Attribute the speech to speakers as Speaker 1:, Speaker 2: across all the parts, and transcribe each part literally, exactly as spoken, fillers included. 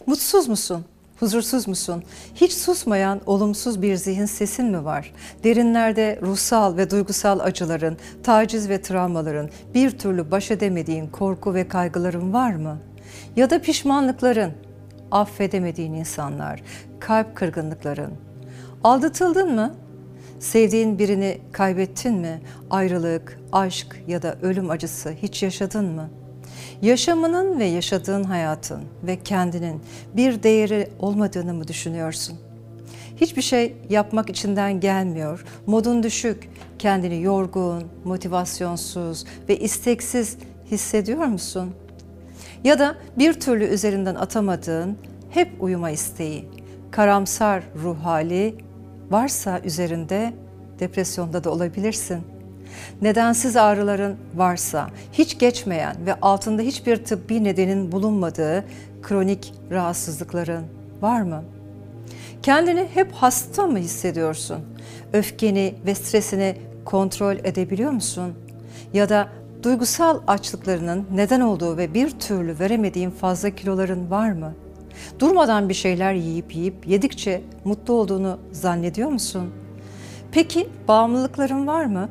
Speaker 1: Mutsuz musun? Huzursuz musun? Hiç susmayan olumsuz bir zihin sesin mi var? Derinlerde ruhsal ve duygusal acıların, taciz ve travmaların, bir türlü baş edemediğin korku ve kaygıların var mı? Ya da pişmanlıkların, affedemediğin insanlar, kalp kırgınlıkların. Aldatıldın mı? Sevdiğin birini kaybettin mi? Ayrılık, aşk ya da ölüm acısı hiç yaşadın mı? Yaşamının ve yaşadığın hayatın ve kendinin bir değeri olmadığını mı düşünüyorsun? Hiçbir şey yapmak içinden gelmiyor, modun düşük, kendini yorgun, motivasyonsuz ve isteksiz hissediyor musun? Ya da bir türlü üzerinden atamadığın hep uyuma isteği, karamsar ruh hali varsa üzerinde depresyonda da olabilirsin. Nedensiz ağrıların varsa, hiç geçmeyen ve altında hiçbir tıbbi nedenin bulunmadığı kronik rahatsızlıkların var mı? Kendini hep hasta mı hissediyorsun? Öfkeni ve stresini kontrol edebiliyor musun? Ya da duygusal açlıklarının neden olduğu ve bir türlü veremediğin fazla kiloların var mı? Durmadan bir şeyler yiyip yiyip yedikçe mutlu olduğunu zannediyor musun? Peki bağımlılıkların var mı?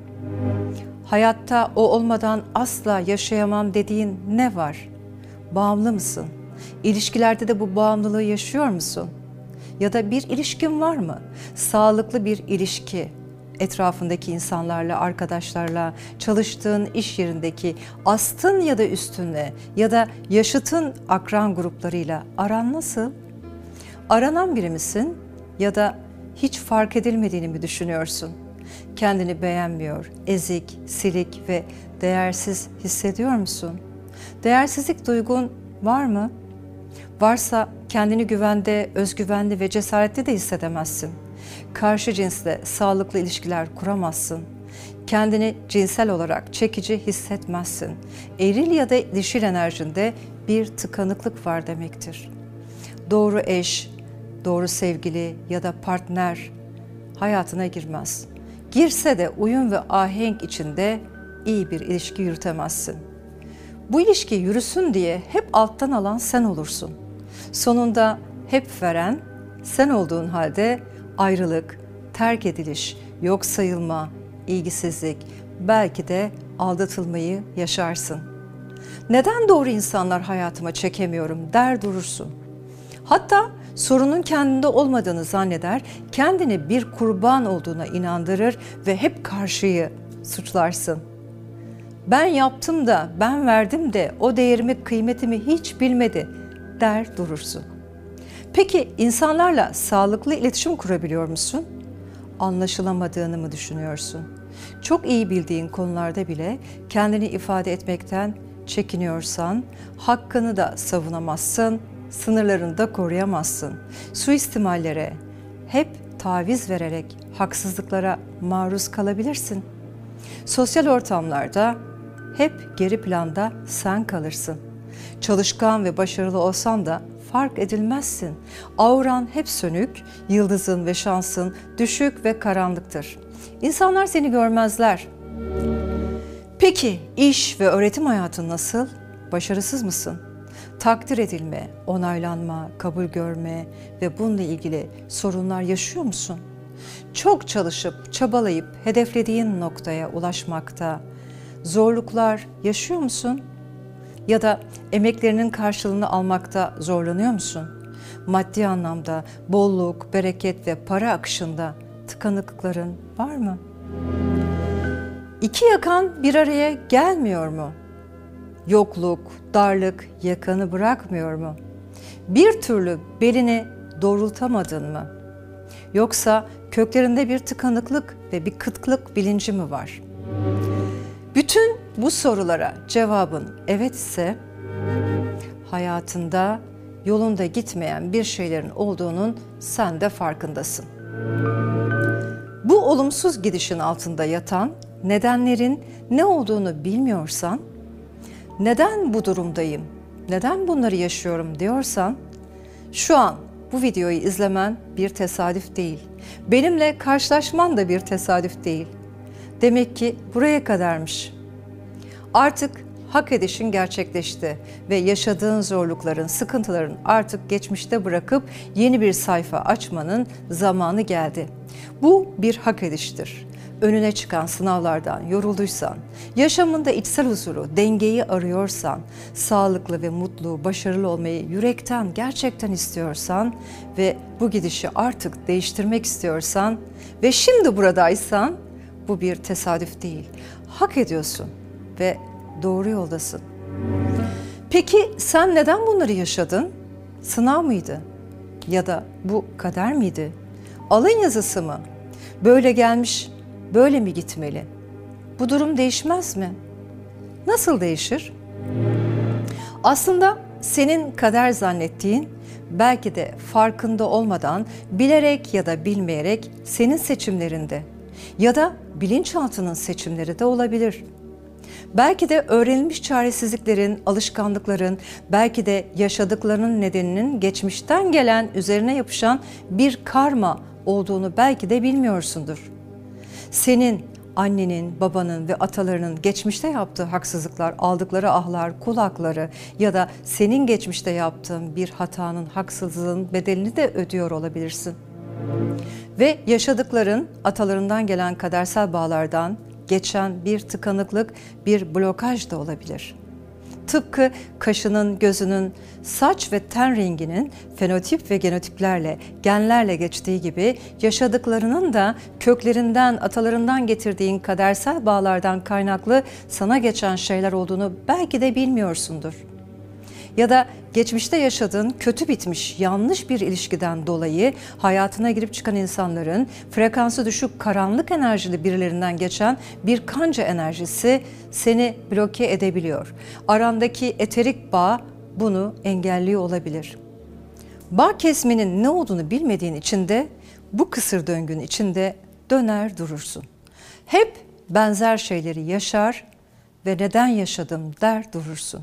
Speaker 1: Hayatta o olmadan asla yaşayamam dediğin ne var? Bağımlı mısın? İlişkilerde de bu bağımlılığı yaşıyor musun? Ya da bir ilişkin var mı? Sağlıklı bir ilişki, etrafındaki insanlarla, arkadaşlarla, çalıştığın iş yerindeki astın ya da üstünle ya da yaşıtın akran gruplarıyla aran nasıl? Aranan biri misin ya da hiç fark edilmediğini mi düşünüyorsun? Kendini beğenmiyor, ezik, silik ve değersiz hissediyor musun? Değersizlik duygun var mı? Varsa kendini güvende, özgüvenli ve cesaretli de hissedemezsin. Karşı cinsle sağlıklı ilişkiler kuramazsın. Kendini cinsel olarak çekici hissetmezsin. Eril ya da dişil enerjinde bir tıkanıklık var demektir. Doğru eş, doğru sevgili ya da partner hayatına girmez. Girse de uyum ve ahenk içinde iyi bir ilişki yürütemezsin. Bu ilişki yürüsün diye hep alttan alan sen olursun. Sonunda hep veren sen olduğun halde ayrılık, terk ediliş, yok sayılma, ilgisizlik, belki de aldatılmayı yaşarsın. Neden doğru insanlar hayatıma çekemiyorum der durursun. Hatta sorunun kendinde olmadığını zanneder, kendini bir kurban olduğuna inandırır ve hep karşıyı suçlarsın. Ben yaptım da, ben verdim de o değerimi, kıymetimi hiç bilmedi der durursun. Peki insanlarla sağlıklı iletişim kurabiliyor musun? Anlaşılamadığını mı düşünüyorsun? Çok iyi bildiğin konularda bile kendini ifade etmekten çekiniyorsan, hakkını da savunamazsın, sınırlarını da koruyamazsın. Suistimallere, hep taviz vererek haksızlıklara maruz kalabilirsin. Sosyal ortamlarda hep geri planda sen kalırsın. Çalışkan ve başarılı olsan da fark edilmezsin. Auran hep sönük, yıldızın ve şansın düşük ve karanlıktır. İnsanlar seni görmezler. Peki iş ve öğretim hayatın nasıl? Başarısız mısın? Takdir edilme, onaylanma, kabul görme ve bununla ilgili sorunlar yaşıyor musun? Çok çalışıp, çabalayıp hedeflediğin noktaya ulaşmakta zorluklar yaşıyor musun? Ya da emeklerinin karşılığını almakta zorlanıyor musun? Maddi anlamda bolluk, bereket ve para akışında tıkanıklıkların var mı? İki yakan bir araya gelmiyor mu? Yokluk, darlık yakanı bırakmıyor mu? Bir türlü belini doğrultamadın mı? Yoksa köklerinde bir tıkanıklık ve bir kıtlık bilinci mi var? Bütün bu sorulara cevabın evet ise hayatında yolunda gitmeyen bir şeylerin olduğunun sen de farkındasın. Bu olumsuz gidişin altında yatan nedenlerin ne olduğunu bilmiyorsan, neden bu durumdayım, neden bunları yaşıyorum diyorsan, şu an bu videoyu izlemen bir tesadüf değil. Benimle karşılaşman da bir tesadüf değil. Demek ki buraya kadarmış. Artık hak edişin gerçekleşti ve yaşadığın zorlukların, sıkıntıların artık geçmişte bırakıp yeni bir sayfa açmanın zamanı geldi. Bu bir hak ediştir. Önüne çıkan sınavlardan yorulduysan, yaşamında içsel huzuru, dengeyi arıyorsan, sağlıklı ve mutlu, başarılı olmayı yürekten, gerçekten istiyorsan ve bu gidişi artık değiştirmek istiyorsan ve şimdi buradaysan, bu bir tesadüf değil. Hak ediyorsun ve doğru yoldasın. Peki sen neden bunları yaşadın? Sınav mıydı? Ya da bu kader miydi? Alın yazısı mı? Böyle gelmiş, böyle mi gitmeli? Bu durum değişmez mi? Nasıl değişir? Aslında senin kader zannettiğin, belki de farkında olmadan, bilerek ya da bilmeyerek senin seçimlerinde ya da bilinçaltının seçimleri de olabilir. Belki de öğrenilmiş çaresizliklerin, alışkanlıkların, belki de yaşadıklarının nedeninin geçmişten gelen, üzerine yapışan bir karma olduğunu belki de bilmiyorsundur. Senin, annenin, babanın ve atalarının geçmişte yaptığı haksızlıklar, aldıkları ahlar, kul hakları ya da senin geçmişte yaptığın bir hatanın, haksızlığın bedelini de ödüyor olabilirsin. Ve yaşadıkların atalarından gelen kadersel bağlardan geçen bir tıkanıklık, bir blokaj da olabilir. Tıpkı kaşının, gözünün, saç ve ten renginin fenotip ve genotiplerle, genlerle geçtiği gibi yaşadıklarının da köklerinden, atalarından getirdiğin kadersel bağlardan kaynaklı sana geçen şeyler olduğunu belki de bilmiyorsundur. Ya da geçmişte yaşadığın kötü bitmiş, yanlış bir ilişkiden dolayı hayatına girip çıkan insanların frekansı düşük, karanlık enerjili birilerinden geçen bir kanca enerjisi seni bloke edebiliyor. Arandaki eterik bağ bunu engelliyor olabilir. Bağ kesmenin ne olduğunu bilmediğin için de bu kısır döngünün içinde döner durursun. Hep benzer şeyleri yaşar ve neden yaşadım der durursun.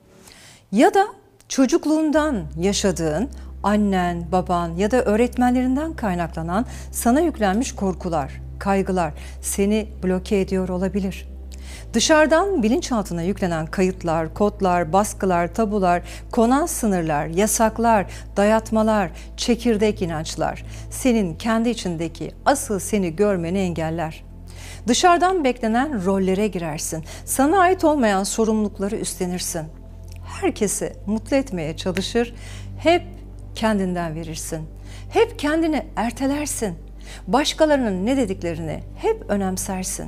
Speaker 1: Ya da çocukluğundan yaşadığın annen, baban ya da öğretmenlerinden kaynaklanan sana yüklenmiş korkular, kaygılar seni bloke ediyor olabilir. Dışarıdan bilinçaltına yüklenen kayıtlar, kodlar, baskılar, tabular, konan sınırlar, yasaklar, dayatmalar, çekirdek inançlar senin kendi içindeki asıl seni görmeni engeller. Dışarıdan beklenen rollere girersin. Sana ait olmayan sorumlulukları üstlenirsin. Herkesi mutlu etmeye çalışır, hep kendinden verirsin. Hep kendini ertelersin. Başkalarının ne dediklerini hep önemsersin.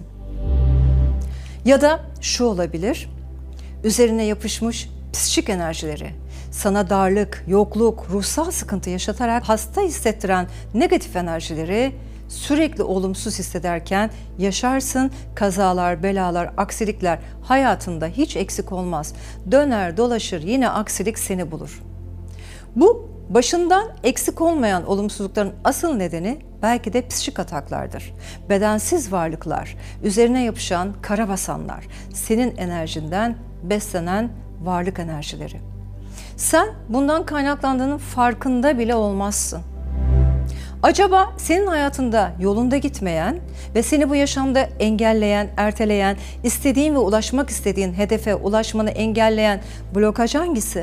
Speaker 1: Ya da şu olabilir, üzerine yapışmış psikik enerjileri, sana darlık, yokluk, ruhsal sıkıntı yaşatarak hasta hissettiren negatif enerjileri sürekli olumsuz hissederken yaşarsın, kazalar, belalar, aksilikler hayatında hiç eksik olmaz. Döner dolaşır yine aksilik seni bulur. Bu başından eksik olmayan olumsuzlukların asıl nedeni belki de psikik ataklardır. Bedensiz varlıklar, üzerine yapışan karabasanlar, senin enerjinden beslenen varlık enerjileri. Sen bundan kaynaklandığının farkında bile olmazsın. Acaba senin hayatında yolunda gitmeyen ve seni bu yaşamda engelleyen, erteleyen, istediğin ve ulaşmak istediğin hedefe ulaşmanı engelleyen blokaj hangisi?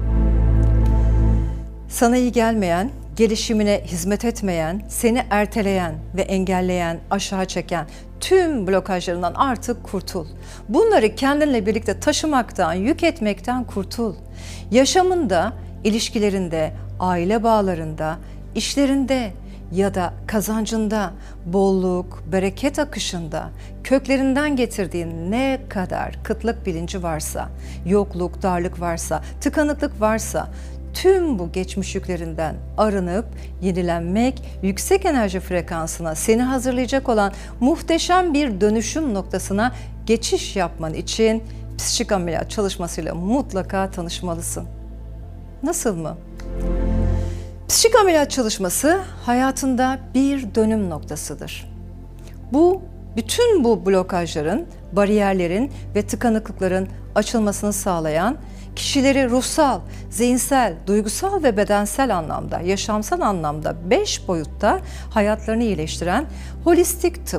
Speaker 1: Sana iyi gelmeyen, gelişimine hizmet etmeyen, seni erteleyen ve engelleyen, aşağı çeken tüm blokajlarından artık kurtul. Bunları kendinle birlikte taşımaktan, yük etmekten kurtul. Yaşamında, ilişkilerinde, aile bağlarında, işlerinde ya da kazancında, bolluk, bereket akışında, köklerinden getirdiğin ne kadar kıtlık bilinci varsa, yokluk, darlık varsa, tıkanıklık varsa, tüm bu geçmiş yüklerinden arınıp yenilenmek, yüksek enerji frekansına seni hazırlayacak olan muhteşem bir dönüşüm noktasına geçiş yapman için psikik ameliyat çalışmasıyla mutlaka tanışmalısın. Nasıl mı? Psikik ameliyat çalışması hayatında bir dönüm noktasıdır. Bu, bütün bu blokajların, bariyerlerin ve tıkanıklıkların açılmasını sağlayan, kişileri ruhsal, zihinsel, duygusal ve bedensel anlamda, yaşamsal anlamda beş boyutta hayatlarını iyileştiren holistik tıp,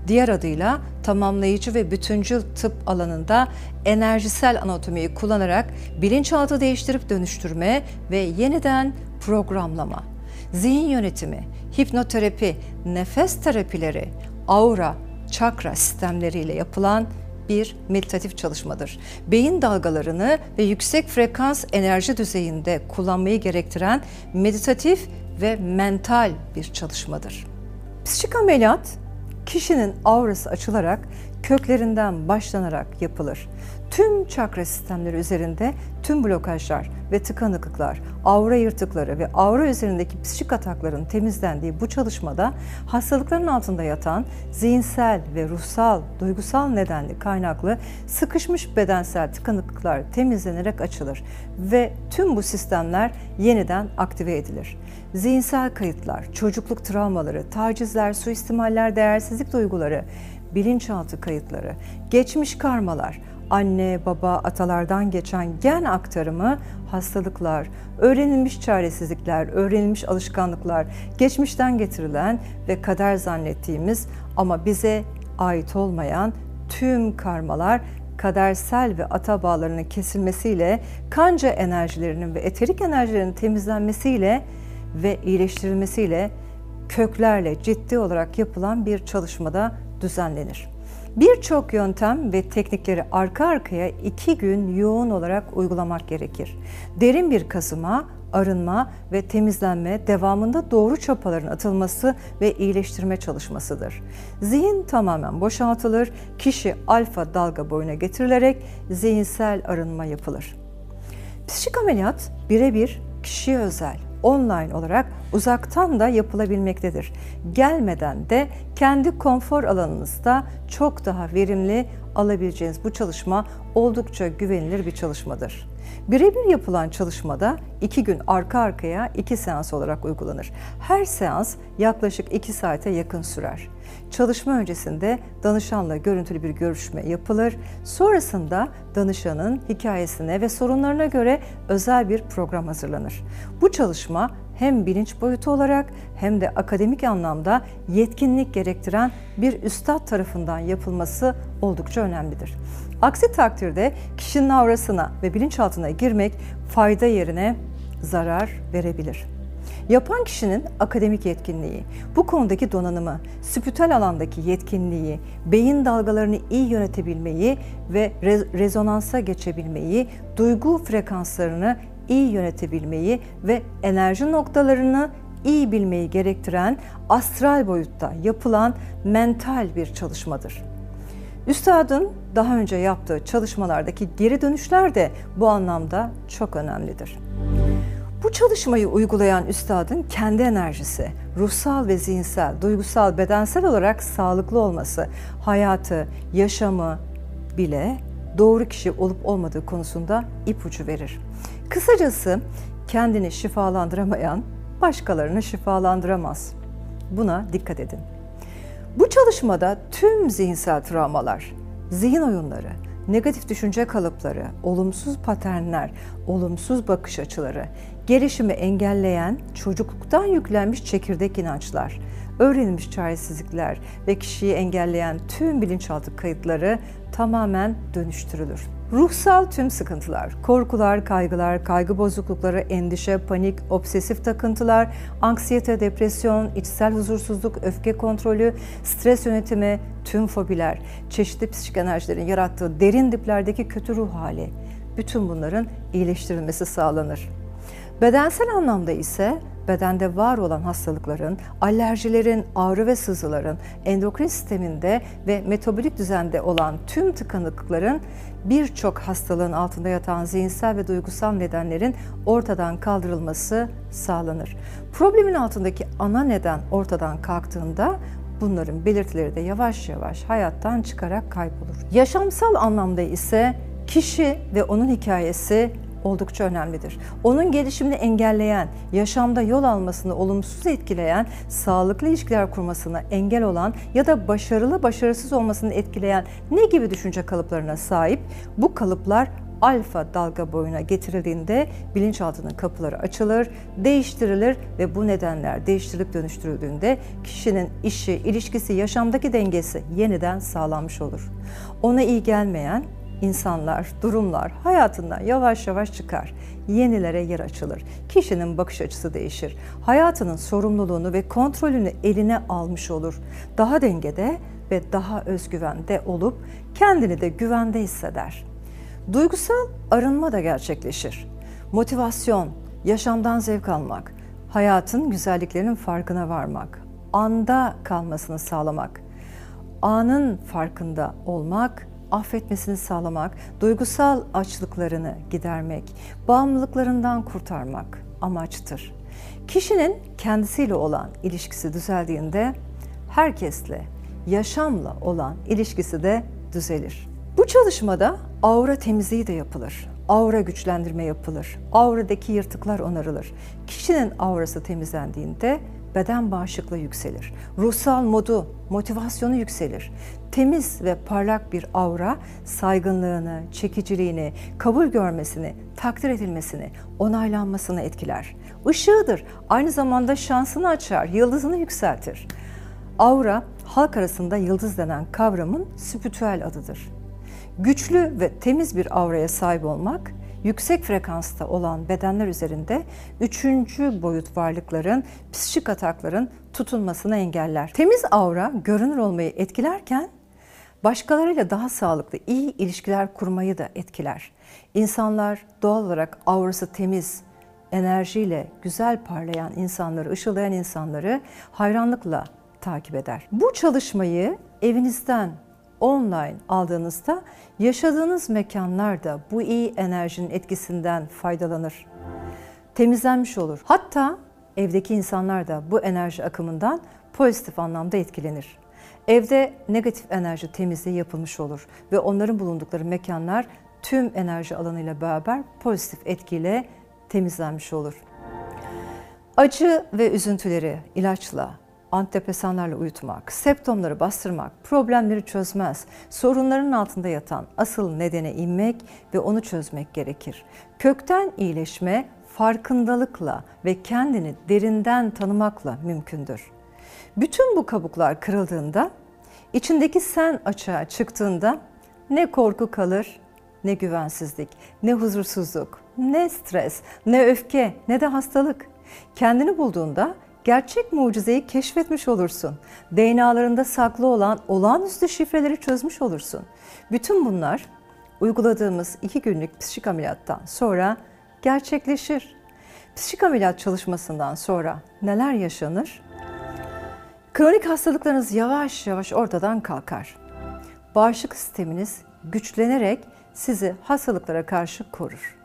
Speaker 1: Diğer adıyla tamamlayıcı ve bütüncül tıp alanında enerjisel anatomiyi kullanarak bilinçaltı değiştirip dönüştürme ve yeniden programlama, zihin yönetimi, hipnoterapi, nefes terapileri, aura, çakra sistemleriyle yapılan bir meditatif çalışmadır. Beyin dalgalarını ve yüksek frekans enerji düzeyinde kullanmayı gerektiren meditatif ve mental bir çalışmadır. Psikik ameliyat, kişinin aurası açılarak köklerinden başlanarak yapılır. Tüm çakra sistemleri üzerinde tüm blokajlar ve tıkanıklıklar, aura yırtıkları ve aura üzerindeki psikik atakların temizlendiği bu çalışmada hastalıkların altında yatan zihinsel ve ruhsal, duygusal nedenli kaynaklı sıkışmış bedensel tıkanıklıklar temizlenerek açılır ve tüm bu sistemler yeniden aktive edilir. Zihinsel kayıtlar, çocukluk travmaları, tacizler, suistimaller, değersizlik duyguları, bilinçaltı kayıtları, geçmiş karmalar, anne, baba, atalardan geçen gen aktarımı, hastalıklar, öğrenilmiş çaresizlikler, öğrenilmiş alışkanlıklar, geçmişten getirilen ve kader zannettiğimiz ama bize ait olmayan tüm karmalar, kadersel ve ata bağlarının kesilmesiyle, kanca enerjilerinin ve eterik enerjilerinin temizlenmesiyle ve iyileştirilmesiyle köklerle ciddi olarak yapılan bir çalışmada düzenlenir. Birçok yöntem ve teknikleri arka arkaya iki gün yoğun olarak uygulamak gerekir. Derin bir kazıma, arınma ve temizlenme devamında doğru çapaların atılması ve iyileştirme çalışmasıdır. Zihin tamamen boşaltılır, kişi alfa dalga boyuna getirilerek zihinsel arınma yapılır. Psikik ameliyat birebir kişiye özel, online olarak uzaktan da yapılabilmektedir. Gelmeden de kendi konfor alanınızda çok daha verimli alabileceğiniz bu çalışma oldukça güvenilir bir çalışmadır. Birebir yapılan çalışmada iki gün arka arkaya iki seans olarak uygulanır. Her seans yaklaşık iki saate yakın sürer. Çalışma öncesinde danışanla görüntülü bir görüşme yapılır. Sonrasında danışanın hikayesine ve sorunlarına göre özel bir program hazırlanır. Bu çalışma hem bilinç boyutu olarak hem de akademik anlamda yetkinlik gerektiren bir üstad tarafından yapılması oldukça önemlidir. Aksi takdirde kişinin aurasına ve bilinçaltına girmek fayda yerine zarar verebilir. Yapan kişinin akademik yetkinliği, bu konudaki donanımı, spiritüel alandaki yetkinliği, beyin dalgalarını iyi yönetebilmeyi ve re- rezonansa geçebilmeyi, duygu frekanslarını iyi yönetebilmeyi ve enerji noktalarını iyi bilmeyi gerektiren astral boyutta yapılan mental bir çalışmadır. Üstadın daha önce yaptığı çalışmalardaki geri dönüşler de bu anlamda çok önemlidir. Bu çalışmayı uygulayan üstadın kendi enerjisi, ruhsal ve zihinsel, duygusal, bedensel olarak sağlıklı olması, hayatı, yaşamı bile doğru kişi olup olmadığı konusunda ipucu verir. Kısacası kendini şifalandıramayan başkalarını şifalandıramaz. Buna dikkat edin. Bu çalışmada tüm zihinsel travmalar, zihin oyunları, negatif düşünce kalıpları, olumsuz paternler, olumsuz bakış açıları, gelişimi engelleyen çocukluktan yüklenmiş çekirdek inançlar, öğrenilmiş çaresizlikler ve kişiyi engelleyen tüm bilinçaltı kayıtları tamamen dönüştürülür. Ruhsal tüm sıkıntılar, korkular, kaygılar, kaygı bozuklukları, endişe, panik, obsesif takıntılar, anksiyete, depresyon, içsel huzursuzluk, öfke kontrolü, stres yönetimi, tüm fobiler, çeşitli psikik enerjilerin yarattığı derin diplerdeki kötü ruh hali, bütün bunların iyileştirilmesi sağlanır. Bedensel anlamda ise bedende var olan hastalıkların, alerjilerin, ağrı ve sızıların, endokrin sisteminde ve metabolik düzende olan tüm tıkanıklıkların, birçok hastalığın altında yatan zihinsel ve duygusal nedenlerin ortadan kaldırılması sağlanır. Problemin altındaki ana neden ortadan kalktığında bunların belirtileri de yavaş yavaş hayattan çıkarak kaybolur. Yaşamsal anlamda ise kişi ve onun hikayesi oldukça önemlidir. Onun gelişimini engelleyen, yaşamda yol almasını olumsuz etkileyen, sağlıklı ilişkiler kurmasına engel olan ya da başarılı başarısız olmasını etkileyen ne gibi düşünce kalıplarına sahip? Bu kalıplar alfa dalga boyuna getirildiğinde bilinçaltının kapıları açılır, değiştirilir ve bu nedenler değiştirilip dönüştürüldüğünde kişinin işi, ilişkisi, yaşamdaki dengesi yeniden sağlanmış olur. Ona iyi gelmeyen insanlar, durumlar hayatından yavaş yavaş çıkar. Yenilere yer açılır. Kişinin bakış açısı değişir. Hayatının sorumluluğunu ve kontrolünü eline almış olur. Daha dengede ve daha özgüvende olup kendini de güvende hisseder. Duygusal arınma da gerçekleşir. Motivasyon, yaşamdan zevk almak, hayatın güzelliklerinin farkına varmak, anda kalmasını sağlamak, anın farkında olmak, affetmesini sağlamak, duygusal açlıklarını gidermek, bağımlılıklarından kurtarmak amaçtır. Kişinin kendisiyle olan ilişkisi düzeldiğinde herkesle, yaşamla olan ilişkisi de düzelir. Bu çalışmada aura temizliği de yapılır. Aura güçlendirme yapılır. Auradaki yırtıklar onarılır. Kişinin aurası temizlendiğinde beden bağışıklığı yükselir. Ruhsal modu, motivasyonu yükselir. Temiz ve parlak bir aura saygınlığını, çekiciliğini, kabul görmesini, takdir edilmesini, onaylanmasını etkiler. Işığıdır. Aynı zamanda şansını açar, yıldızını yükseltir. Aura, halk arasında yıldız denen kavramın spiritüel adıdır. Güçlü ve temiz bir auraya sahip olmak, yüksek frekansta olan bedenler üzerinde üçüncü boyut varlıkların, psikik atakların tutunmasını engeller. Temiz aura görünür olmayı etkilerken, başkalarıyla daha sağlıklı, iyi ilişkiler kurmayı da etkiler. İnsanlar doğal olarak aurası temiz, enerjiyle güzel parlayan insanları, ışıldayan insanları hayranlıkla takip eder. Bu çalışmayı evinizden online aldığınızda yaşadığınız mekanlar da bu iyi enerjinin etkisinden faydalanır. Temizlenmiş olur. Hatta evdeki insanlar da bu enerji akımından pozitif anlamda etkilenir. Evde negatif enerji temizliği yapılmış olur ve onların bulundukları mekanlar tüm enerji alanıyla beraber pozitif etkiyle temizlenmiş olur. Acı ve üzüntüleri ilaçla, antidepresanlarla uyutmak, semptomları bastırmak, problemleri çözmez. Sorunların altında yatan asıl nedene inmek ve onu çözmek gerekir. Kökten iyileşme farkındalıkla ve kendini derinden tanımakla mümkündür. Bütün bu kabuklar kırıldığında, içindeki sen açığa çıktığında ne korku kalır, ne güvensizlik, ne huzursuzluk, ne stres, ne öfke, ne de hastalık. Kendini bulduğunda gerçek mucizeyi keşfetmiş olursun. D N A'larında saklı olan olağanüstü şifreleri çözmüş olursun. Bütün bunlar uyguladığımız iki günlük psikik ameliyattan sonra gerçekleşir. Psikik ameliyat çalışmasından sonra neler yaşanır? Kronik hastalıklarınız yavaş yavaş ortadan kalkar. Bağışıklık sisteminiz güçlenerek sizi hastalıklara karşı korur.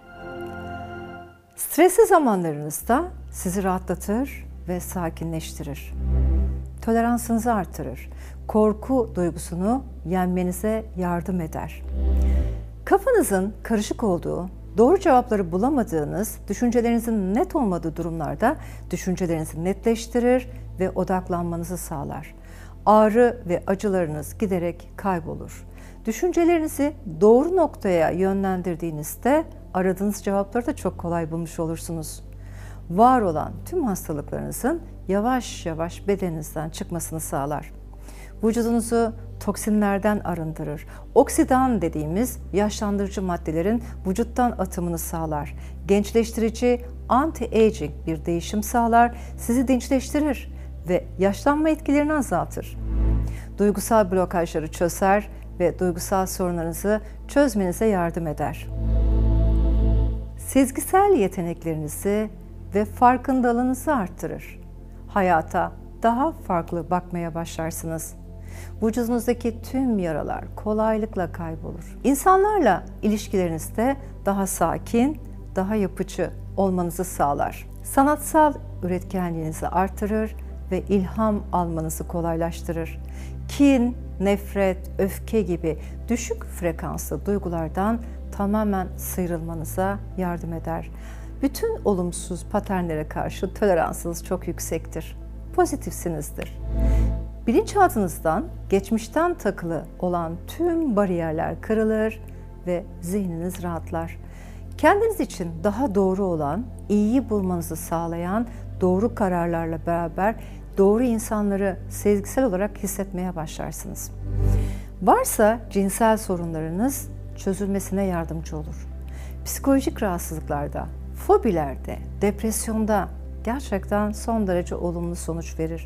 Speaker 1: Stresli zamanlarınızda sizi rahatlatır ve sakinleştirir. Toleransınızı artırır. Korku duygusunu yenmenize yardım eder. Kafanızın karışık olduğu, doğru cevapları bulamadığınız, düşüncelerinizin net olmadığı durumlarda düşüncelerinizi netleştirir ve odaklanmanızı sağlar. Ağrı ve acılarınız giderek kaybolur. Düşüncelerinizi doğru noktaya yönlendirdiğinizde aradığınız cevapları da çok kolay bulmuş olursunuz. Var olan tüm hastalıklarınızın yavaş yavaş bedeninizden çıkmasını sağlar. Vücudunuzu toksinlerden arındırır. Oksidan dediğimiz yaşlandırıcı maddelerin vücuttan atımını sağlar. Gençleştirici, anti-aging bir değişim sağlar, sizi dinçleştirir ve yaşlanma etkilerini azaltır. Duygusal blokajları çözer ve duygusal sorunlarınızı çözmenize yardım eder. Sezgisel yeteneklerinizi ve farkındalığınızı arttırır. Hayata daha farklı bakmaya başlarsınız. Vücudunuzdaki tüm yaralar kolaylıkla kaybolur. İnsanlarla ilişkilerinizde daha sakin, daha yapıcı olmanızı sağlar. Sanatsal üretkenliğinizi artırır ve ilham almanızı kolaylaştırır. Kin, nefret, öfke gibi düşük frekanslı duygulardan tamamen sıyrılmanıza yardım eder. Bütün olumsuz paternlere karşı toleransınız çok yüksektir. Pozitifsinizdir. Bilinçaltınızdan geçmişten takılı olan tüm bariyerler kırılır ve zihniniz rahatlar. Kendiniz için daha doğru olan, iyiyi bulmanızı sağlayan doğru kararlarla beraber doğru insanları sezgisel olarak hissetmeye başlarsınız. Varsa cinsel sorunlarınız çözülmesine yardımcı olur. Psikolojik rahatsızlıklarda, fobilerde, depresyonda gerçekten son derece olumlu sonuç verir.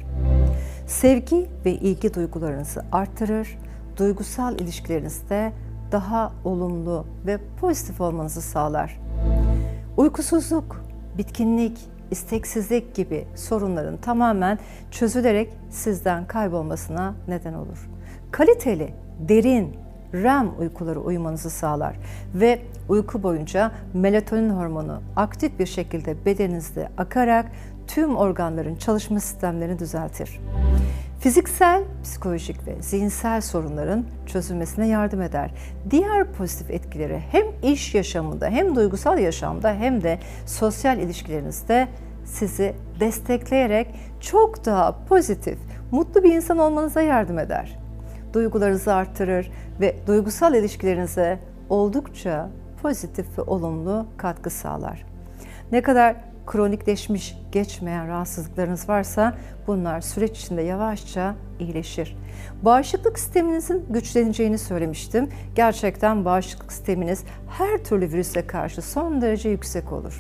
Speaker 1: Sevgi ve ilgi duygularınızı artırır, duygusal ilişkilerinizde daha olumlu ve pozitif olmanızı sağlar. Uykusuzluk, bitkinlik, isteksizlik gibi sorunların tamamen çözülerek sizden kaybolmasına neden olur. Kaliteli, derin, R E M uykuları uyumanızı sağlar ve uyku boyunca melatonin hormonu aktif bir şekilde bedeninizde akarak tüm organların çalışma sistemlerini düzeltir. Fiziksel, psikolojik ve zihinsel sorunların çözülmesine yardım eder. Diğer pozitif etkileri hem iş yaşamında hem duygusal yaşamda hem de sosyal ilişkilerinizde sizi destekleyerek çok daha pozitif, mutlu bir insan olmanıza yardım eder. Duygularınızı artırır ve duygusal ilişkilerinize oldukça pozitif ve olumlu katkı sağlar. Ne kadar kronikleşmiş, geçmeyen rahatsızlıklarınız varsa bunlar süreç içinde yavaşça iyileşir. Bağışıklık sisteminizin güçleneceğini söylemiştim. Gerçekten bağışıklık sisteminiz her türlü virüse karşı son derece yüksek olur.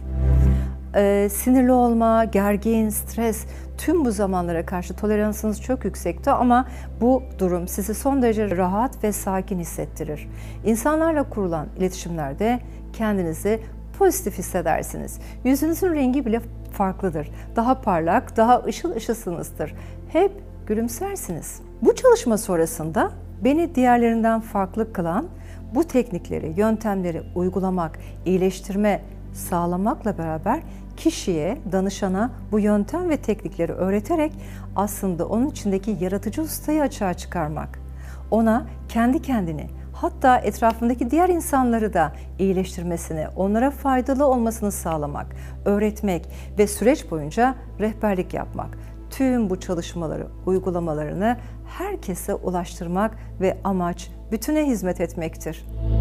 Speaker 1: Ee, sinirli olma, gergin, stres, tüm bu zamanlara karşı toleransınız çok yüksekti ama bu durum sizi son derece rahat ve sakin hissettirir. İnsanlarla kurulan iletişimlerde kendinizi pozitif hissedersiniz. Yüzünüzün rengi bile farklıdır. Daha parlak, daha ışıl ışılsınızdır. Hep gülümsersiniz. Bu çalışma sonrasında beni diğerlerinden farklı kılan bu teknikleri, yöntemleri uygulamak, iyileştirme, sağlamakla beraber kişiye, danışana bu yöntem ve teknikleri öğreterek aslında onun içindeki yaratıcı ustayı açığa çıkarmak, ona kendi kendini, hatta etrafındaki diğer insanları da iyileştirmesini, onlara faydalı olmasını sağlamak, öğretmek ve süreç boyunca rehberlik yapmak. Tüm bu çalışmaları, uygulamalarını herkese ulaştırmak ve amaç bütüne hizmet etmektir.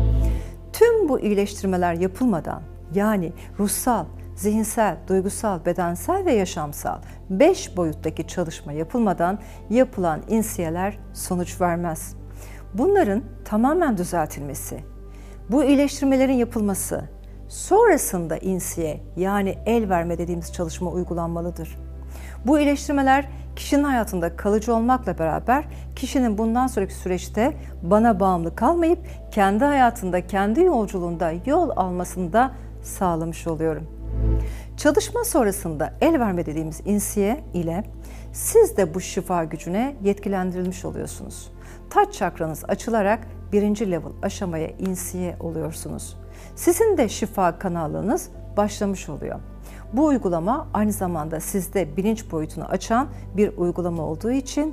Speaker 1: Tüm bu iyileştirmeler yapılmadan, yani ruhsal, zihinsel, duygusal, bedensel ve yaşamsal beş boyuttaki çalışma yapılmadan yapılan insiyeler sonuç vermez. Bunların tamamen düzeltilmesi, bu iyileştirmelerin yapılması, sonrasında insiye yani el verme dediğimiz çalışma uygulanmalıdır. Bu iyileştirmeler kişinin hayatında kalıcı olmakla beraber kişinin bundan sonraki süreçte bana bağımlı kalmayıp kendi hayatında, kendi yolculuğunda yol almasını da sağlamış oluyorum. Çalışma sonrasında el verme dediğimiz insiye ile siz de bu şifa gücüne yetkilendirilmiş oluyorsunuz. Taç çakranız açılarak birinci level aşamaya insiye oluyorsunuz. Sizin de şifa kanallığınız başlamış oluyor. Bu uygulama aynı zamanda sizde bilinç boyutunu açan bir uygulama olduğu için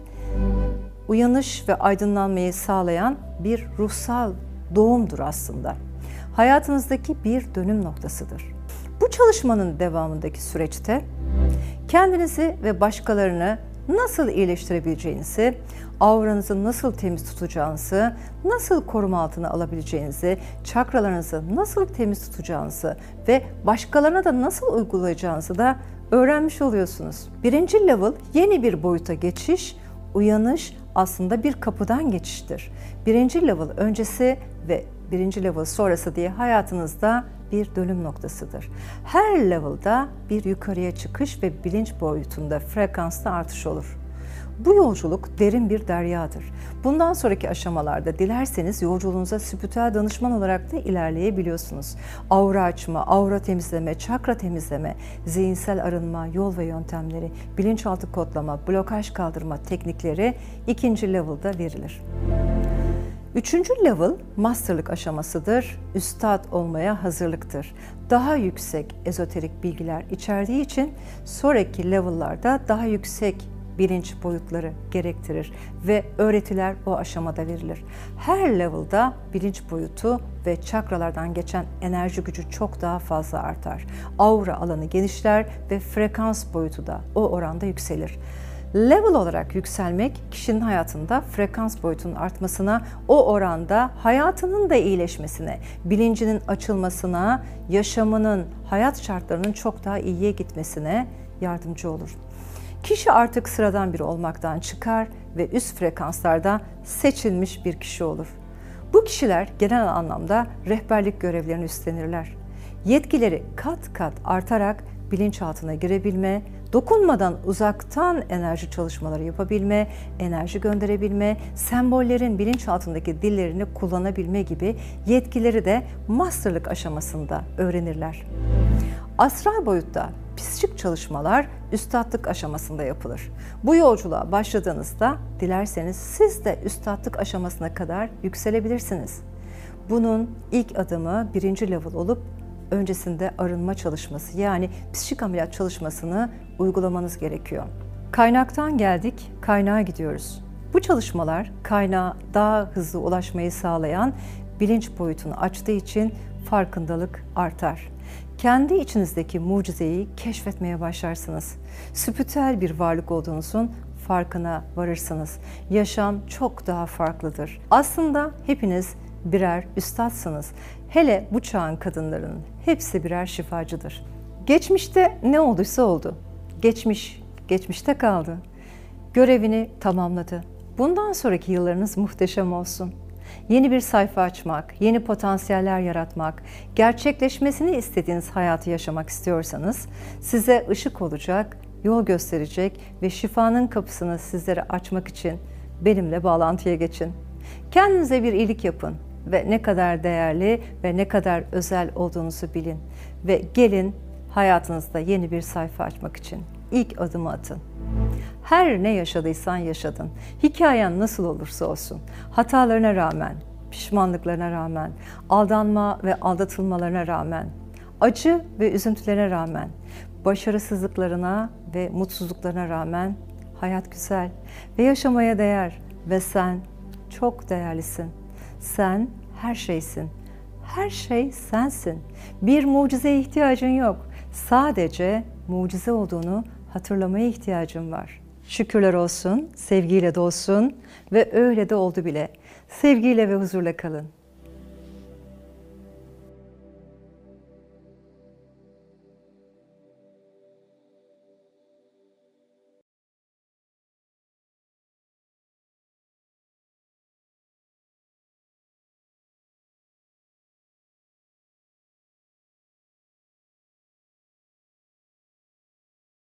Speaker 1: uyanış ve aydınlanmayı sağlayan bir ruhsal doğumdur aslında. Hayatınızdaki bir dönüm noktasıdır. Bu çalışmanın devamındaki süreçte kendinizi ve başkalarını nasıl iyileştirebileceğinizi, auranızı nasıl temiz tutacağınızı, nasıl koruma altına alabileceğinizi, çakralarınızı nasıl temiz tutacağınızı ve başkalarına da nasıl uygulayacağınızı da öğrenmiş oluyorsunuz. Birinci level yeni bir boyuta geçiş, uyanış aslında bir kapıdan geçiştir. Birinci level öncesi ve birinci level sonrası diye hayatınızda bir dönüm noktasıdır. Her level'da bir yukarıya çıkış ve bilinç boyutunda frekansta artış olur. Bu yolculuk derin bir deryadır. Bundan sonraki aşamalarda dilerseniz yolculuğunuza spiritüel danışman olarak da ilerleyebiliyorsunuz. Aura açma, aura temizleme, çakra temizleme, zihinsel arınma, yol ve yöntemleri, bilinçaltı kodlama, blokaj kaldırma teknikleri ikinci level'da verilir. Üçüncü level masterlık aşamasıdır, üstad olmaya hazırlıktır. Daha yüksek ezoterik bilgiler içerdiği için sonraki level'larda daha yüksek bilinç boyutları gerektirir ve öğretiler o aşamada verilir. Her level'da bilinç boyutu ve çakralardan geçen enerji gücü çok daha fazla artar. Aura alanı genişler ve frekans boyutu da o oranda yükselir. Level olarak yükselmek, kişinin hayatında frekans boyutunun artmasına, o oranda hayatının da iyileşmesine, bilincinin açılmasına, yaşamının, hayat şartlarının çok daha iyiye gitmesine yardımcı olur. Kişi artık sıradan biri olmaktan çıkar ve üst frekanslarda seçilmiş bir kişi olur. Bu kişiler genel anlamda rehberlik görevlerini üstlenirler. Yetkileri kat kat artarak bilinçaltına girebilme, dokunmadan uzaktan enerji çalışmaları yapabilme, enerji gönderebilme, sembollerin bilinçaltındaki dillerini kullanabilme gibi yetkileri de masterlık aşamasında öğrenirler. Astral boyutta psikik çalışmalar üstatlık aşamasında yapılır. Bu yolculuğa başladığınızda dilerseniz siz de üstatlık aşamasına kadar yükselebilirsiniz. Bunun ilk adımı birinci level olup öncesinde arınma çalışması, yani psikik ameliyat çalışmasını uygulamanız gerekiyor. Kaynaktan geldik, kaynağa gidiyoruz. Bu çalışmalar kaynağa daha hızlı ulaşmayı sağlayan bilinç boyutunu açtığı için farkındalık artar. Kendi içinizdeki mucizeyi keşfetmeye başlarsınız. Spiritüel bir varlık olduğunuzun farkına varırsınız. Yaşam çok daha farklıdır. Aslında hepiniz birer üstadsınız. Hele bu çağın kadınlarının hepsi birer şifacıdır. Geçmişte ne olduysa oldu. Geçmiş, geçmişte kaldı. Görevini tamamladı. Bundan sonraki yıllarınız muhteşem olsun. Yeni bir sayfa açmak, yeni potansiyeller yaratmak, gerçekleşmesini istediğiniz hayatı yaşamak istiyorsanız size ışık olacak, yol gösterecek ve şifanın kapısını sizlere açmak için benimle bağlantıya geçin. Kendinize bir iyilik yapın ve ne kadar değerli ve ne kadar özel olduğunuzu bilin ve gelin hayatınızda yeni bir sayfa açmak için ilk adımı atın. Her ne yaşadıysan yaşadın. Hikayen nasıl olursa olsun, hatalarına rağmen, pişmanlıklarına rağmen, aldanma ve aldatılmalarına rağmen, acı ve üzüntülerine rağmen, başarısızlıklarına ve mutsuzluklarına rağmen hayat güzel ve yaşamaya değer ve sen çok değerlisin. Sen her şeysin. Her şey sensin. Bir mucizeye ihtiyacın yok. Sadece mucize olduğunu hatırlamaya ihtiyacın var. Şükürler olsun, sevgiyle dolsun ve öyle de oldu bile. Sevgiyle ve huzurla kalın.